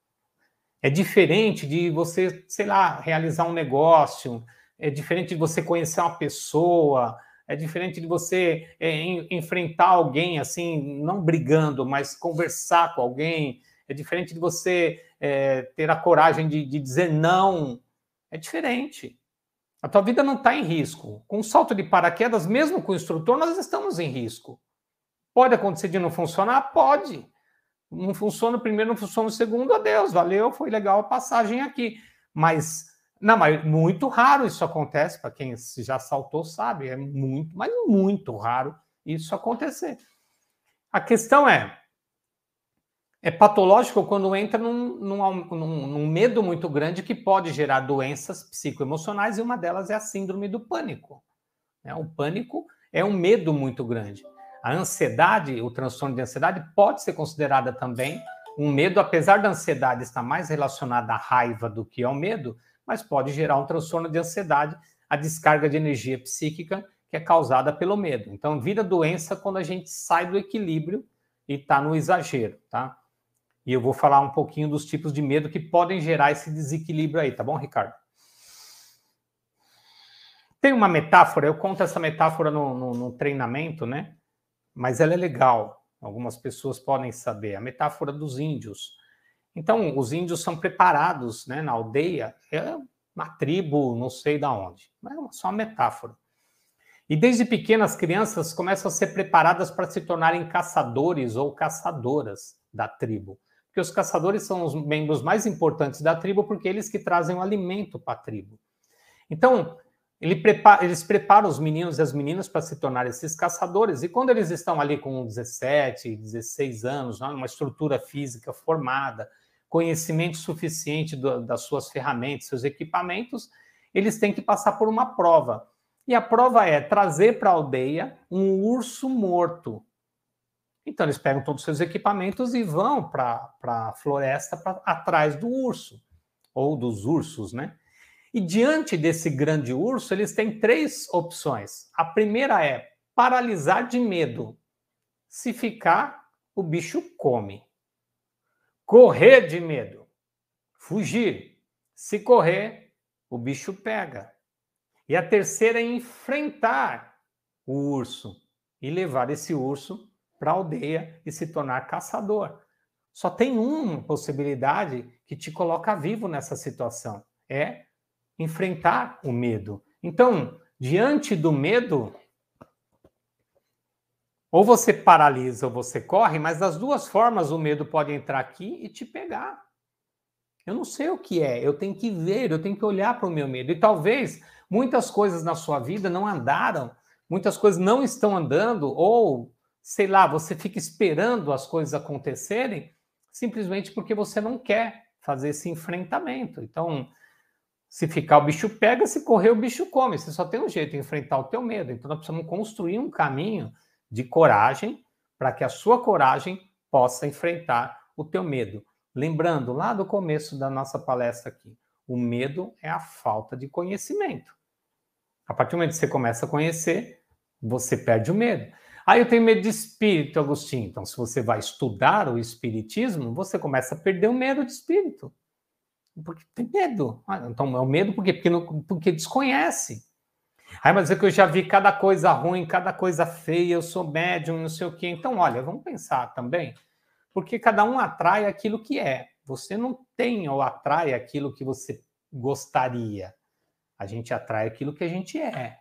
É diferente de você, sei lá, realizar um negócio, é diferente de você conhecer uma pessoa, é diferente de você é, em, enfrentar alguém, assim, não brigando, mas conversar com alguém, é diferente de você é, ter a coragem de, de dizer não, é diferente. A tua vida não está em risco. Com um salto de paraquedas, mesmo com o instrutor, nós estamos em risco. Pode acontecer de não funcionar? Pode. Não funciona o primeiro, não funciona o segundo, adeus, valeu, foi legal a passagem aqui. Mas, não, mas muito raro isso acontece, para quem já saltou sabe, é muito, mas muito raro isso acontecer. A questão é, é patológico quando entra num, num, num, num medo muito grande que pode gerar doenças psicoemocionais, e uma delas é a síndrome do pânico. O pânico é um medo muito grande. A ansiedade, o transtorno de ansiedade, pode ser considerada também um medo, apesar da ansiedade estar mais relacionada à raiva do que ao medo, mas pode gerar um transtorno de ansiedade, a descarga de energia psíquica que é causada pelo medo. Então, vira doença quando a gente sai do equilíbrio e está no exagero, tá? E eu vou falar um pouquinho dos tipos de medo que podem gerar esse desequilíbrio aí, tá bom, Ricardo? Tem uma metáfora, eu conto essa metáfora no, no, no treinamento, né? Mas ela é legal, algumas pessoas podem saber. A metáfora dos índios. Então, os índios são preparados, né, na aldeia, é uma tribo, não sei de onde, mas é só uma metáfora. E desde pequenas, crianças começam a ser preparadas para se tornarem caçadores ou caçadoras da tribo. Porque os caçadores são os membros mais importantes da tribo, porque eles que trazem o alimento para a tribo. Então, ele prepara, eles preparam os meninos e as meninas para se tornarem esses caçadores, e quando eles estão ali com dezessete, dezesseis anos, né, uma estrutura física formada, conhecimento suficiente do, das suas ferramentas, seus equipamentos, eles têm que passar por uma prova. E a prova é trazer para a aldeia um urso morto. Então, eles pegam todos os seus equipamentos e vão para a floresta pra, atrás do urso, ou dos ursos, né? E diante desse grande urso, eles têm três opções. A primeira é paralisar de medo. Se ficar, o bicho come. Correr de medo. Fugir. Se correr, o bicho pega. E a terceira é enfrentar o urso e levar esse urso para a aldeia e se tornar caçador. Só tem uma possibilidade que te coloca vivo nessa situação. É enfrentar o medo. Então, diante do medo, ou você paralisa ou você corre, mas das duas formas o medo pode entrar aqui e te pegar. Eu não sei o que é, eu tenho que ver, eu tenho que olhar para o meu medo. E talvez muitas coisas na sua vida não andaram, muitas coisas não estão andando, ou, sei lá, você fica esperando as coisas acontecerem simplesmente porque você não quer fazer esse enfrentamento. Então, se ficar, o bicho pega, se correr, o bicho come. Você só tem um jeito de enfrentar o teu medo. Então, nós precisamos construir um caminho de coragem para que a sua coragem possa enfrentar o teu medo. Lembrando, lá do começo da nossa palestra aqui, o medo é a falta de conhecimento. A partir do momento que você começa a conhecer, você perde o medo. Ah, eu tenho medo de espírito, Agostinho. Então, se você vai estudar o espiritismo, você começa a perder o medo de espírito. Porque tem medo. Ah, então, é o medo por quê? Porque, não, porque desconhece. Aí, mas é que eu já vi cada coisa ruim, cada coisa feia, eu sou médium, não sei o quê. Então, olha, vamos pensar também, porque cada um atrai aquilo que é. Você não tem ou atrai aquilo que você gostaria. A gente atrai aquilo que a gente é.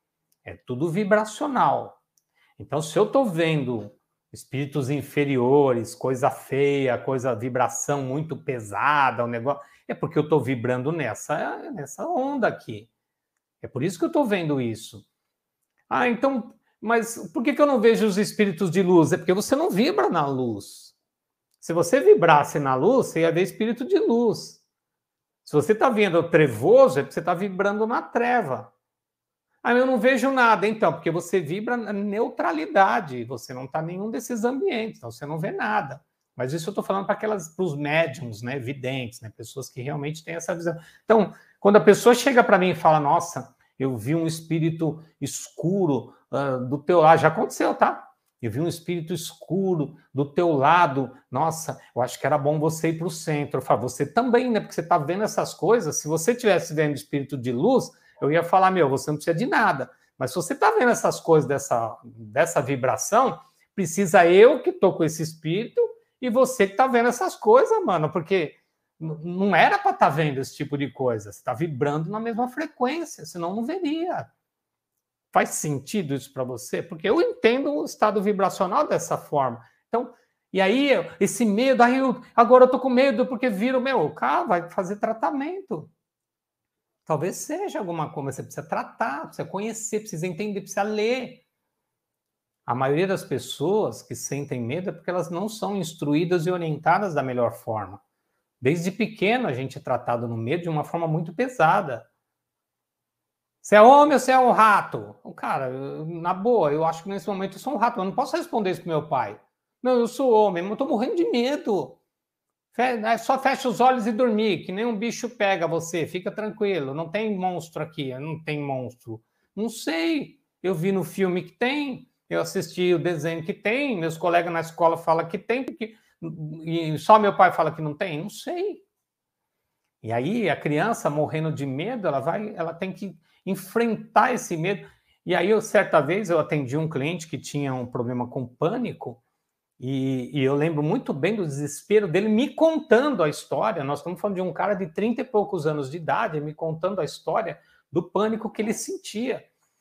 É tudo vibracional. Então, se eu estou vendo espíritos inferiores, coisa feia, coisa, vibração muito pesada, o negócio, é porque eu estou vibrando nessa, nessa onda aqui. É por isso que eu estou vendo isso. Ah, então, mas por que, que eu não vejo os espíritos de luz? É porque você não vibra na luz. Se você vibrasse na luz, você ia ver espírito de luz. Se você está vendo o trevoso, é porque você está vibrando na treva. Ah, eu não vejo nada. Então, porque você vibra na neutralidade. Você não está em nenhum desses ambientes, então você não vê nada. Mas isso eu estou falando para aquelas, para os médiums, né, videntes, né, pessoas que realmente têm essa visão. Então, quando a pessoa chega para mim e fala, nossa, eu vi um espírito escuro uh, do teu lado, já aconteceu, tá? Eu vi um espírito escuro do teu lado, nossa, eu acho que era bom você ir para o centro. Eu falo, você também, né, porque você está vendo essas coisas. Se você estivesse vendo espírito de luz, eu ia falar, meu, você não precisa de nada. Mas se você está vendo essas coisas dessa, dessa vibração, precisa eu que estou com esse espírito e você que está vendo essas coisas, mano, porque não era para estar tá vendo esse tipo de coisa. Você está vibrando na mesma frequência, senão não veria. Faz sentido isso para você? Porque eu entendo o estado vibracional dessa forma. Então, e aí, esse medo, aí eu, agora eu tô com medo porque vira o meu, cara, vai fazer tratamento. Talvez seja alguma coisa, você precisa tratar, precisa conhecer, precisa entender, precisa ler. A maioria das pessoas que sentem medo é porque elas não são instruídas e orientadas da melhor forma. Desde pequeno a gente é tratado no medo de uma forma muito pesada. Você é homem ou você é um rato? Cara, na boa, eu acho que nesse momento eu sou um rato, mas eu não posso responder isso pro meu pai. Não, eu sou homem, mas eu tô morrendo de medo. Só fecha os olhos e dormir, que nem um bicho pega você, fica tranquilo, não tem monstro aqui, não tem monstro. Não sei, eu vi no filme que tem, eu assisti o desenho que tem, meus colegas na escola falam que tem, porque... e só meu pai fala que não tem, não sei. E aí a criança morrendo de medo, ela vai, ela tem que enfrentar esse medo. E aí, eu, certa vez, eu atendi um cliente que tinha um problema com pânico, e, e eu lembro muito bem do desespero dele me contando a história. Nós estamos falando de um cara de trinta e poucos anos de idade, me contando a história do pânico que ele sentia.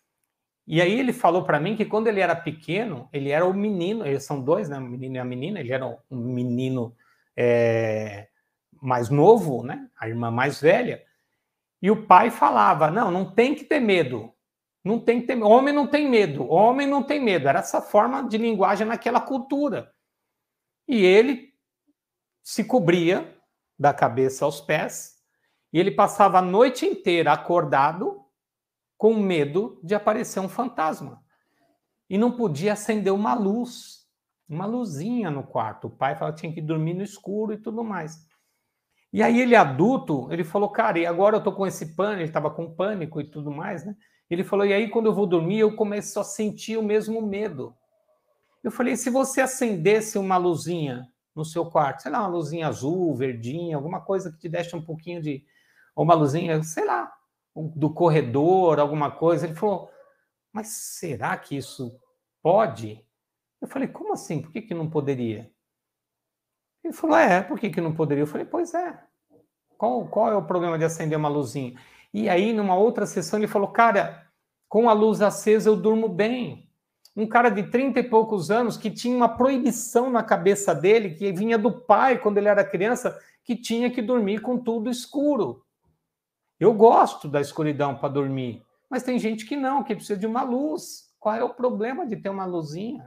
E aí ele falou para mim que quando ele era pequeno, ele era o menino, eles são dois, né, o menino e a menina, ele era um menino é, mais novo, né, a irmã mais velha, E o pai falava, não, não tem que ter medo. Não tem que ter medo. Homem não tem medo. Homem não tem medo. Era essa forma de linguagem naquela cultura. E ele se cobria da cabeça aos pés e ele passava a noite inteira acordado com medo de aparecer um fantasma. E não podia acender uma luz, uma luzinha no quarto. O pai falava que tinha que dormir no escuro e tudo mais. E aí ele adulto, ele falou, cara, e agora eu tô com esse pânico, ele estava com pânico e tudo mais, né? Ele falou, e aí quando eu vou dormir, eu começo a sentir o mesmo medo. Eu falei, se você acendesse uma luzinha no seu quarto, sei lá, uma luzinha azul, verdinha, alguma coisa que te deixe um pouquinho de... Ou uma luzinha, sei lá, do corredor, alguma coisa. Ele falou, mas será que isso pode? Eu falei, como assim? Por que, que não poderia? Ele falou, é, por que, que não poderia? Eu falei, pois é. Qual, qual é o problema de acender uma luzinha? E aí, numa outra sessão, ele falou, cara, com a luz acesa eu durmo bem. Um cara de trinta e poucos anos que tinha uma proibição na cabeça dele, que vinha do pai quando ele era criança, que tinha que dormir com tudo escuro. Eu gosto da escuridão para dormir, mas tem gente que não, que precisa de uma luz. Qual é o problema de ter uma luzinha?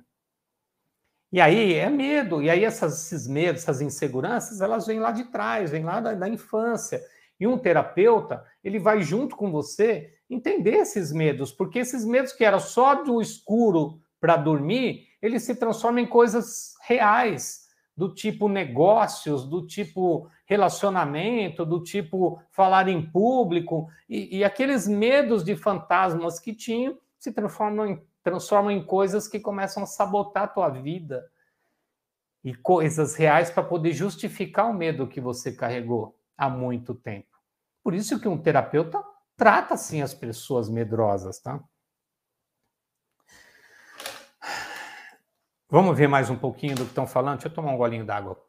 E aí é medo, e aí essas, esses medos, essas inseguranças, elas vêm lá de trás, vêm lá da, da infância. E um terapeuta, ele vai junto com você entender esses medos, porque esses medos que eram só do escuro para dormir, eles se transformam em coisas reais, do tipo negócios, do tipo relacionamento, do tipo falar em público, e, e aqueles medos de fantasmas que tinham se transformam em transformam em coisas que começam a sabotar a tua vida e coisas reais para poder justificar o medo que você carregou há muito tempo. Por isso que um terapeuta trata assim as pessoas medrosas, tá? Vamos ver mais um pouquinho do que estão falando? Deixa eu tomar um golinho d'água.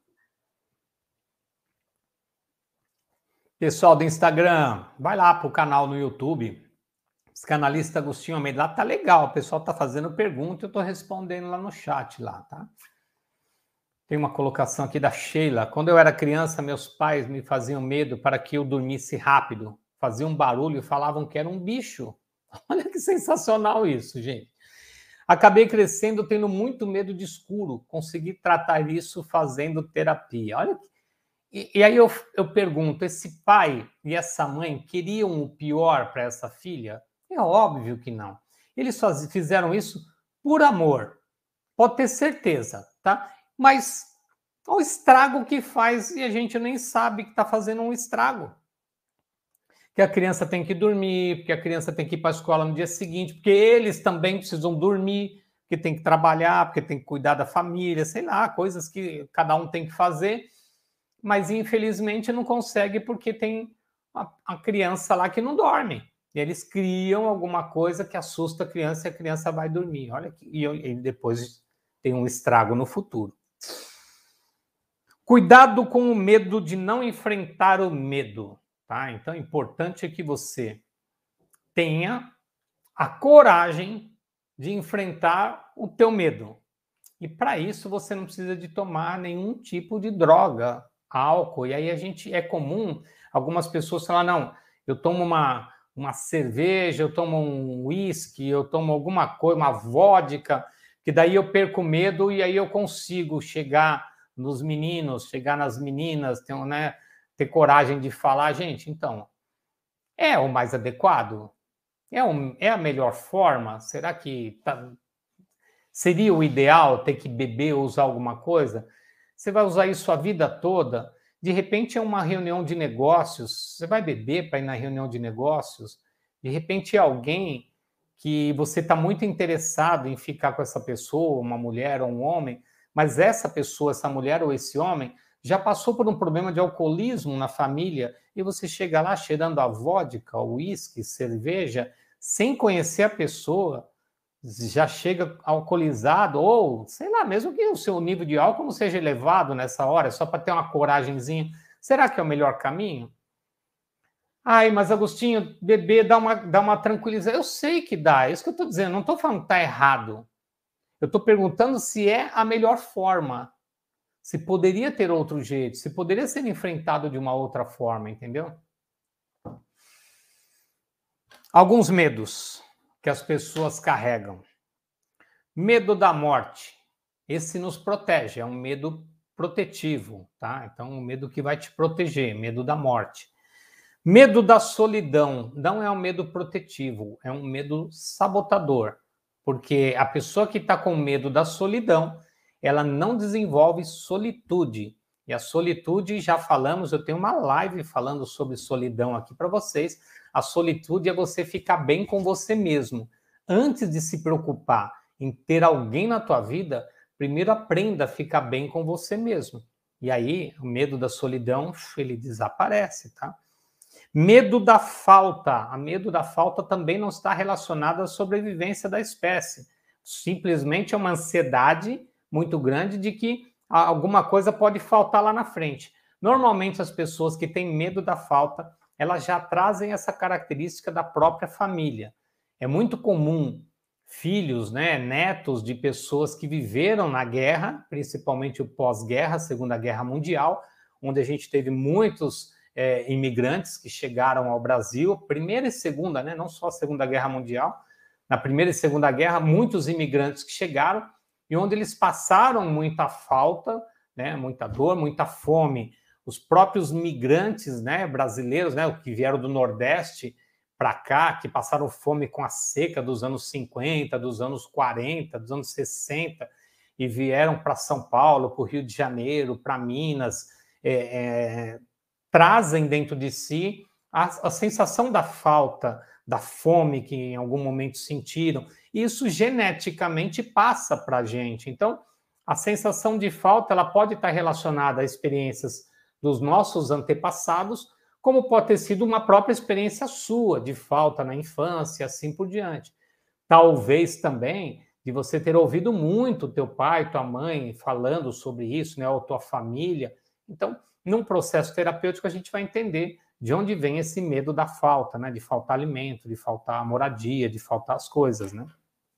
Pessoal do Instagram, vai lá para o canal no YouTube. Psicanalista Agostinho Almeida, lá tá legal, o pessoal tá fazendo pergunta, eu tô respondendo lá no chat lá, tá? Tem uma colocação aqui da Sheila. Quando eu era criança, meus pais me faziam medo para que eu dormisse rápido. Faziam um barulho e falavam que era um bicho. Olha que sensacional isso, gente. Acabei crescendo tendo muito medo de escuro. Consegui tratar isso fazendo terapia. Olha que... E, e aí eu, eu pergunto, esse pai e essa mãe queriam o pior para essa filha? É óbvio que não. Eles faz, fizeram isso por amor. Pode ter certeza, tá? Mas o estrago que faz e a gente nem sabe que está fazendo um estrago. Que a criança tem que dormir, porque a criança tem que ir para a escola no dia seguinte, porque eles também precisam dormir, porque tem que trabalhar, porque tem que cuidar da família, sei lá, coisas que cada um tem que fazer, mas infelizmente não consegue porque tem a, a criança lá que não dorme. E eles criam alguma coisa que assusta a criança e a criança vai dormir. Olha que, e, e depois tem um estrago no futuro. Cuidado com o medo de não enfrentar o medo, tá? Então é importante que você tenha a coragem de enfrentar o teu medo. E para isso você não precisa de tomar nenhum tipo de droga, álcool. E aí a gente é comum algumas pessoas falar, não, eu tomo uma uma cerveja, eu tomo um uísque, eu tomo alguma coisa, uma vodka, que daí eu perco medo e aí eu consigo chegar nos meninos, chegar nas meninas, ter, né, ter coragem de falar, gente, então, é o mais adequado? É, um, é a melhor forma? Será que tá... seria o ideal ter que beber ou usar alguma coisa? Você vai usar isso a vida toda? De repente é uma reunião de negócios, você vai beber para ir na reunião de negócios, de repente é alguém que você está muito interessado em ficar com essa pessoa, uma mulher ou um homem, mas essa pessoa, essa mulher ou esse homem, já passou por um problema de alcoolismo na família e você chega lá cheirando a vodka, uísque, cerveja, sem conhecer a pessoa, já chega alcoolizado, ou, sei lá, mesmo que o seu nível de álcool não seja elevado nessa hora, só para ter uma coragemzinha, será que é o melhor caminho? Ai, mas Agostinho, beber dá uma, dá uma tranquilizada. Eu sei que dá, é isso que eu estou dizendo, não estou falando que está errado. Eu estou perguntando se é a melhor forma, se poderia ter outro jeito, se poderia ser enfrentado de uma outra forma, entendeu? Alguns medos que as pessoas carregam. Medo da morte. Esse nos protege, é um medo protetivo, tá? Então, um medo que vai te proteger, medo da morte. Medo da solidão. Não é um medo protetivo, é um medo sabotador. Porque a pessoa que está com medo da solidão, ela não desenvolve solitude. E a solitude, já falamos, eu tenho uma live falando sobre solidão aqui para vocês. A solitude é você ficar bem com você mesmo. Antes de se preocupar em ter alguém na tua vida, primeiro aprenda a ficar bem com você mesmo. E aí, o medo da solidão, ele desaparece, tá? Medo da falta. A medo da falta também não está relacionado à sobrevivência da espécie. Simplesmente é uma ansiedade muito grande de que alguma coisa pode faltar lá na frente. Normalmente, as pessoas que têm medo da falta, elas já trazem essa característica da própria família. É muito comum filhos, né, netos de pessoas que viveram na guerra, principalmente o pós-guerra, Segunda Guerra Mundial, onde a gente teve muitos é, imigrantes que chegaram ao Brasil, Primeira e Segunda, né, não só a Segunda Guerra Mundial, na Primeira e Segunda Guerra, muitos imigrantes que chegaram e onde eles passaram muita falta, né, muita dor, muita fome. Os próprios migrantes, né, brasileiros, né, que vieram do Nordeste para cá, que passaram fome com a seca dos anos cinquenta, dos anos quarenta, dos anos sessenta, e vieram para São Paulo, para o Rio de Janeiro, para Minas, é, é, trazem dentro de si a, a sensação da falta, da fome que em algum momento sentiram. E isso geneticamente passa para a gente. Então, a sensação de falta ela pode estar relacionada a experiências dos nossos antepassados, como pode ter sido uma própria experiência sua, de falta na infância, assim por diante. Talvez também de você ter ouvido muito teu pai, tua mãe falando sobre isso, né, ou tua família. Então, num processo terapêutico, a gente vai entender de onde vem esse medo da falta, né, de faltar alimento, de faltar moradia, de faltar as coisas, né?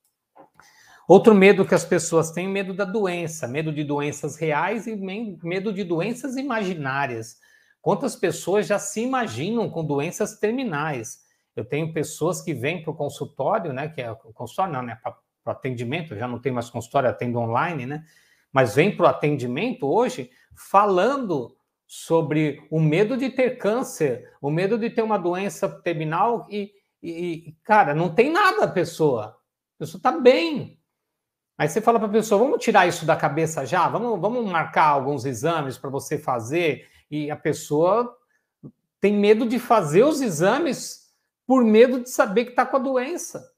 Outro medo que as pessoas têm, medo da doença, medo de doenças reais e medo de doenças imaginárias. Quantas pessoas já se imaginam com doenças terminais? Eu tenho pessoas que vêm para o consultório, né? Que é o consultório, não, né? Para o atendimento, eu já não tenho mais consultório, atendo online, né? Mas vem para o atendimento hoje falando sobre o medo de ter câncer, o medo de ter uma doença terminal e, e cara, não tem nada a pessoa. A pessoa está bem. Aí você fala para a pessoa, vamos tirar isso da cabeça já? Vamos, vamos marcar alguns exames para você fazer? E a pessoa tem medo de fazer os exames por medo de saber que está com a doença.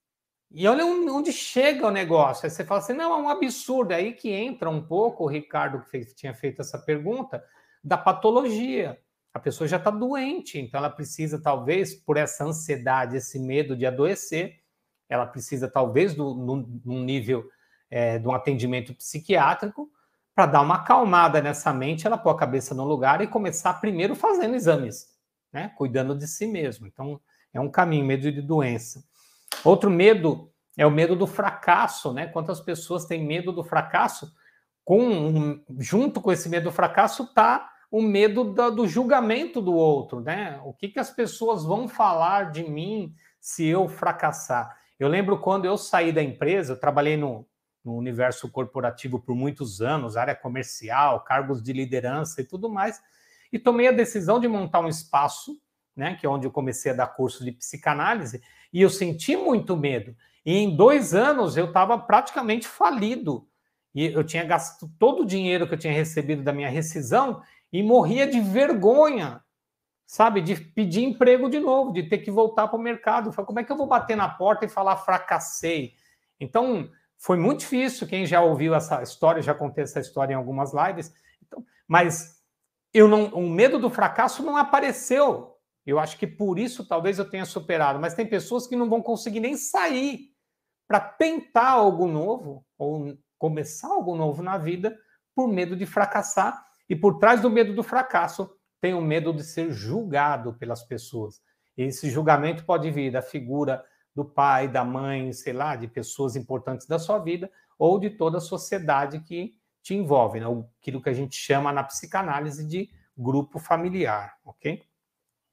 E olha onde chega o negócio. Aí você fala assim, não, é um absurdo. É aí que entra um pouco o Ricardo, que fez, tinha feito essa pergunta, da patologia. A pessoa já está doente, então ela precisa, talvez, por essa ansiedade, esse medo de adoecer, ela precisa, talvez, do, num, num nível é, de um atendimento psiquiátrico, para dar uma acalmada nessa mente, ela pôr a cabeça no lugar e começar primeiro fazendo exames, né? Cuidando de si mesmo. Então, é um caminho, medo de doença. Outro medo é o medo do fracasso, né? Quantas pessoas têm medo do fracasso? Com, junto com esse medo do fracasso está o medo do, do julgamento do outro, né? O que, que as pessoas vão falar de mim se eu fracassar? Eu lembro quando eu saí da empresa, eu trabalhei no, no universo corporativo por muitos anos, área comercial, cargos de liderança e tudo mais, e tomei a decisão de montar um espaço, né, que é onde eu comecei a dar curso de psicanálise, e eu senti muito medo. E em dois anos eu estava praticamente falido. E eu tinha gasto todo o dinheiro que eu tinha recebido da minha rescisão e morria de vergonha, sabe, de pedir emprego de novo, de ter que voltar para o mercado. Eu falei, como é que eu vou bater na porta e falar fracassei? Então, foi muito difícil. Quem já ouviu essa história, já contei essa história em algumas lives. Então, mas eu não, o medo do fracasso não apareceu. Eu acho que por isso talvez eu tenha superado. Mas tem pessoas que não vão conseguir nem sair para tentar algo novo ou começar algo novo na vida por medo de fracassar. E por trás do medo do fracasso tem o medo de ser julgado pelas pessoas. E esse julgamento pode vir da figura do pai, da mãe, sei lá, de pessoas importantes da sua vida ou de toda a sociedade que te envolve, né? Aquilo que a gente chama na psicanálise de grupo familiar, ok?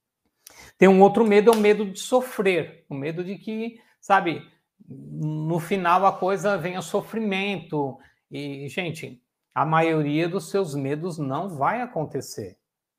Tem um outro medo, é o medo de sofrer, o medo de que, sabe, no final a coisa venha sofrimento. E, gente, a maioria dos seus medos não vai acontecer.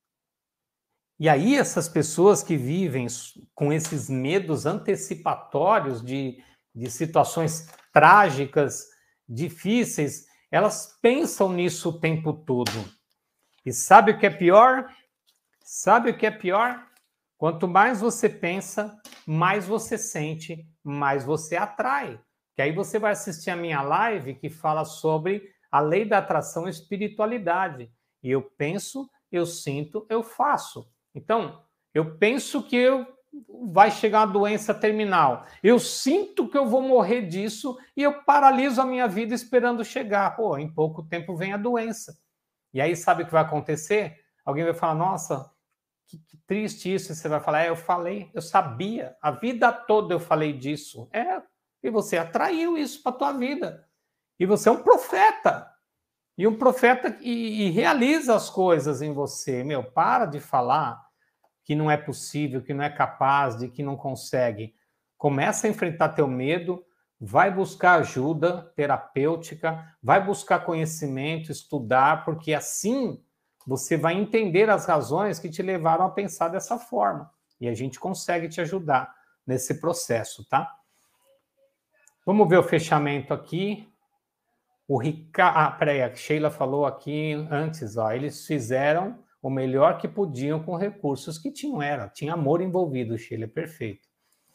E aí essas pessoas que vivem com esses medos antecipatórios de, de situações trágicas, difíceis, elas pensam nisso o tempo todo. E sabe o que é pior? Sabe o que é pior? Quanto mais você pensa, mais você sente, mais você atrai. Que aí você vai assistir a minha live que fala sobre a lei da atração e espiritualidade. E eu penso, eu sinto, eu faço. Então, eu penso que eu vai chegar uma doença terminal. Eu sinto que eu vou morrer disso e eu paraliso a minha vida esperando chegar. Pô, em pouco tempo vem a doença. E aí sabe o que vai acontecer? Alguém vai falar, nossa, que, que triste isso. E você vai falar, é, eu falei, eu sabia. A vida toda eu falei disso. É, e você atraiu isso para a tua vida. E você é um profeta. E um profeta e, e realiza as coisas em você. Meu, para de falar que não é possível, que não é capaz, de que não consegue. Começa a enfrentar teu medo, vai buscar ajuda terapêutica, vai buscar conhecimento, estudar, porque assim você vai entender as razões que te levaram a pensar dessa forma. E a gente consegue te ajudar nesse processo, tá? Vamos ver o fechamento aqui. O Ricardo... Ah, peraí, a Sheila falou aqui antes, ó, eles fizeram o melhor que podiam com recursos que tinham. Era, tinha amor envolvido, Sheila, perfeito.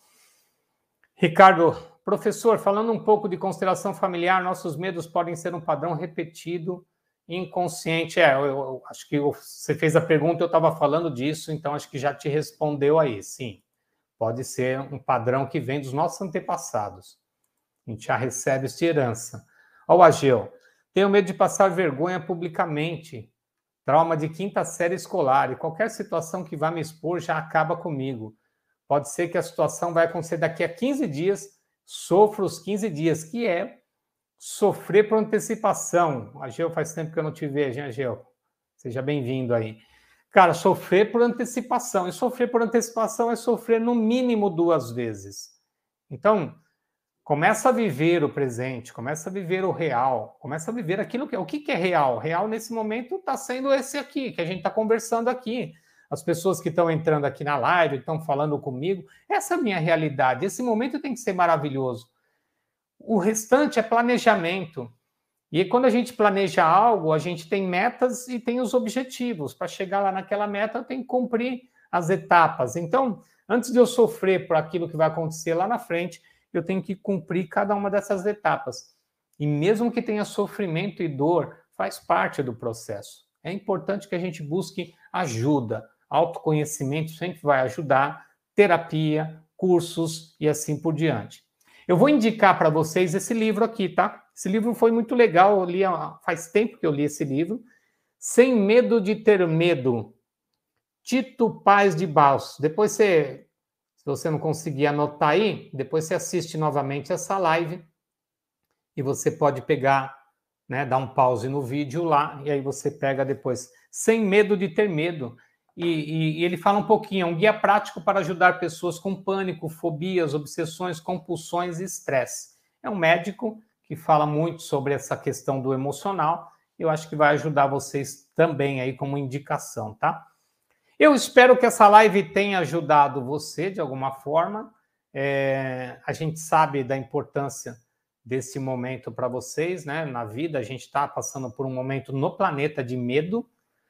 Ricardo, professor, falando um pouco de constelação familiar, nossos medos podem ser um padrão repetido, inconsciente. É, eu, eu acho que você fez a pergunta, eu estava falando disso, então acho que já te respondeu aí, sim. Pode ser um padrão que vem dos nossos antepassados. A gente já recebe essa herança. Ó, o Ageu, tenho medo de passar vergonha publicamente. Trauma de quinta série escolar. E qualquer situação que vá me expor já acaba comigo. Pode ser que a situação vai acontecer daqui a quinze dias. Sofro os quinze dias, que é sofrer por antecipação. Ageu, faz tempo que eu não te vejo, hein, Ageu? Seja bem-vindo aí. Cara, sofrer por antecipação. E sofrer por antecipação é sofrer no mínimo duas vezes. Então, começa a viver o presente, começa a viver o real, começa a viver aquilo que é. O que é real? Real, nesse momento, está sendo esse aqui, que a gente está conversando aqui. As pessoas que estão entrando aqui na live, estão falando comigo, essa é a minha realidade. Esse momento tem que ser maravilhoso. O restante é planejamento. E quando a gente planeja algo, a gente tem metas e tem os objetivos. Para chegar lá naquela meta, eu tenho que cumprir as etapas. Então, antes de eu sofrer por aquilo que vai acontecer lá na frente, eu tenho que cumprir cada uma dessas etapas. E mesmo que tenha sofrimento e dor, faz parte do processo. É importante que a gente busque ajuda. Autoconhecimento sempre vai ajudar, terapia, cursos e assim por diante. Eu vou indicar para vocês esse livro aqui, tá? Esse livro foi muito legal, eu li, faz tempo que eu li esse livro. Sem Medo de Ter Medo, Tito Paz de Barros. Depois você... Se você não conseguir anotar aí, depois você assiste novamente essa live e você pode pegar, né, dar um pause no vídeo lá e aí você pega depois. Sem Medo de Ter Medo. E, e, e ele fala um pouquinho, é um guia prático para ajudar pessoas com pânico, fobias, obsessões, compulsões e estresse. É um médico que fala muito sobre essa questão do emocional. Eu acho que vai ajudar vocês também aí como indicação, tá? Eu espero que essa live tenha ajudado você de alguma forma. É, a gente sabe da importância desse momento para vocês, né? Na vida, a gente está passando por um momento no planeta de medo.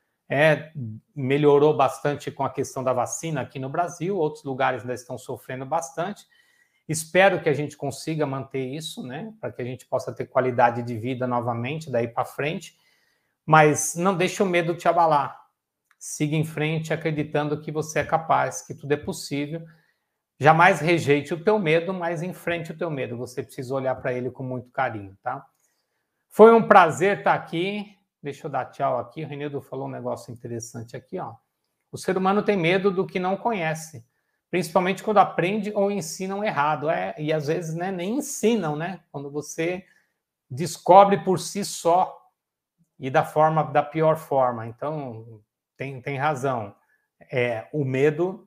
É, melhorou bastante com a questão da vacina aqui no Brasil, outros lugares ainda estão sofrendo bastante. Espero que a gente consiga manter isso, né? Para que a gente possa ter qualidade de vida novamente daí para frente. Mas não deixe o medo te abalar. Siga em frente acreditando que você é capaz, que tudo é possível. Jamais rejeite o teu medo, mas enfrente o teu medo. Você precisa olhar para ele com muito carinho, tá? Foi um prazer estar aqui. Deixa eu dar tchau aqui. O Renildo falou um negócio interessante aqui, ó. O ser humano tem medo do que não conhece, principalmente quando aprende ou ensinam errado. É, e às vezes, né, nem ensinam, né? Quando você descobre por si só e da forma, da pior forma. Então, tem, tem razão. É, o medo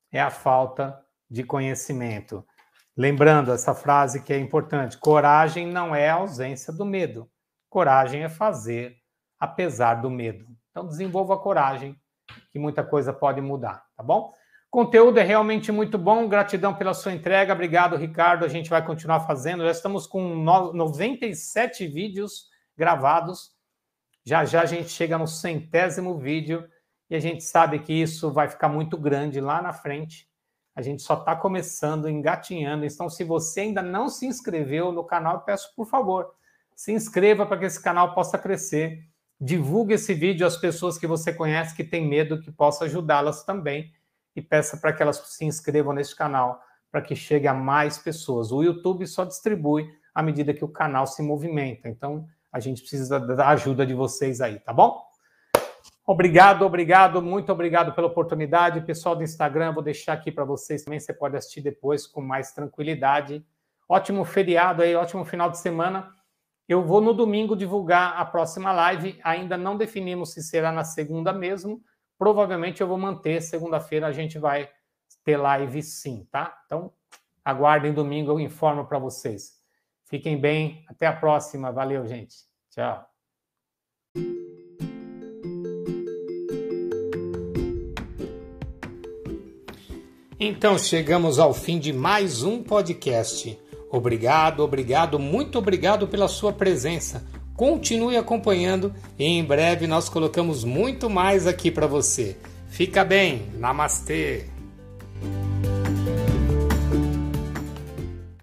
é a falta de conhecimento. Lembrando essa frase que é importante: coragem não é a ausência do medo. Coragem é fazer apesar do medo. Então desenvolva a coragem, que muita coisa pode mudar, tá bom? O conteúdo é realmente muito bom, gratidão pela sua entrega, obrigado, Ricardo, a gente vai continuar fazendo, já estamos com noventa e sete vídeos gravados, já já a gente chega no centésimo vídeo, e a gente sabe que isso vai ficar muito grande lá na frente, a gente só está começando, engatinhando, então se você ainda não se inscreveu no canal, eu peço por favor, se inscreva para que esse canal possa crescer, divulgue esse vídeo às pessoas que você conhece que tem medo, que possa ajudá-las também, e peça para que elas se inscrevam nesse canal, para que chegue a mais pessoas. O YouTube só distribui à medida que o canal se movimenta, então a gente precisa da ajuda de vocês aí, tá bom? Obrigado, obrigado, muito obrigado pela oportunidade. Pessoal do Instagram, vou deixar aqui para vocês também, você pode assistir depois com mais tranquilidade. Ótimo feriado aí, ótimo final de semana. Eu vou no domingo divulgar a próxima live, ainda não definimos se será na segunda mesmo, provavelmente eu vou manter, segunda-feira a gente vai ter live sim, tá? Então, aguardem domingo, eu informo para vocês. Fiquem bem, até a próxima, valeu, gente. Tchau. Então, chegamos ao fim de mais um podcast. Obrigado, obrigado, muito obrigado pela sua presença. Continue acompanhando e em breve nós colocamos muito mais aqui para você. Fica bem, namastê!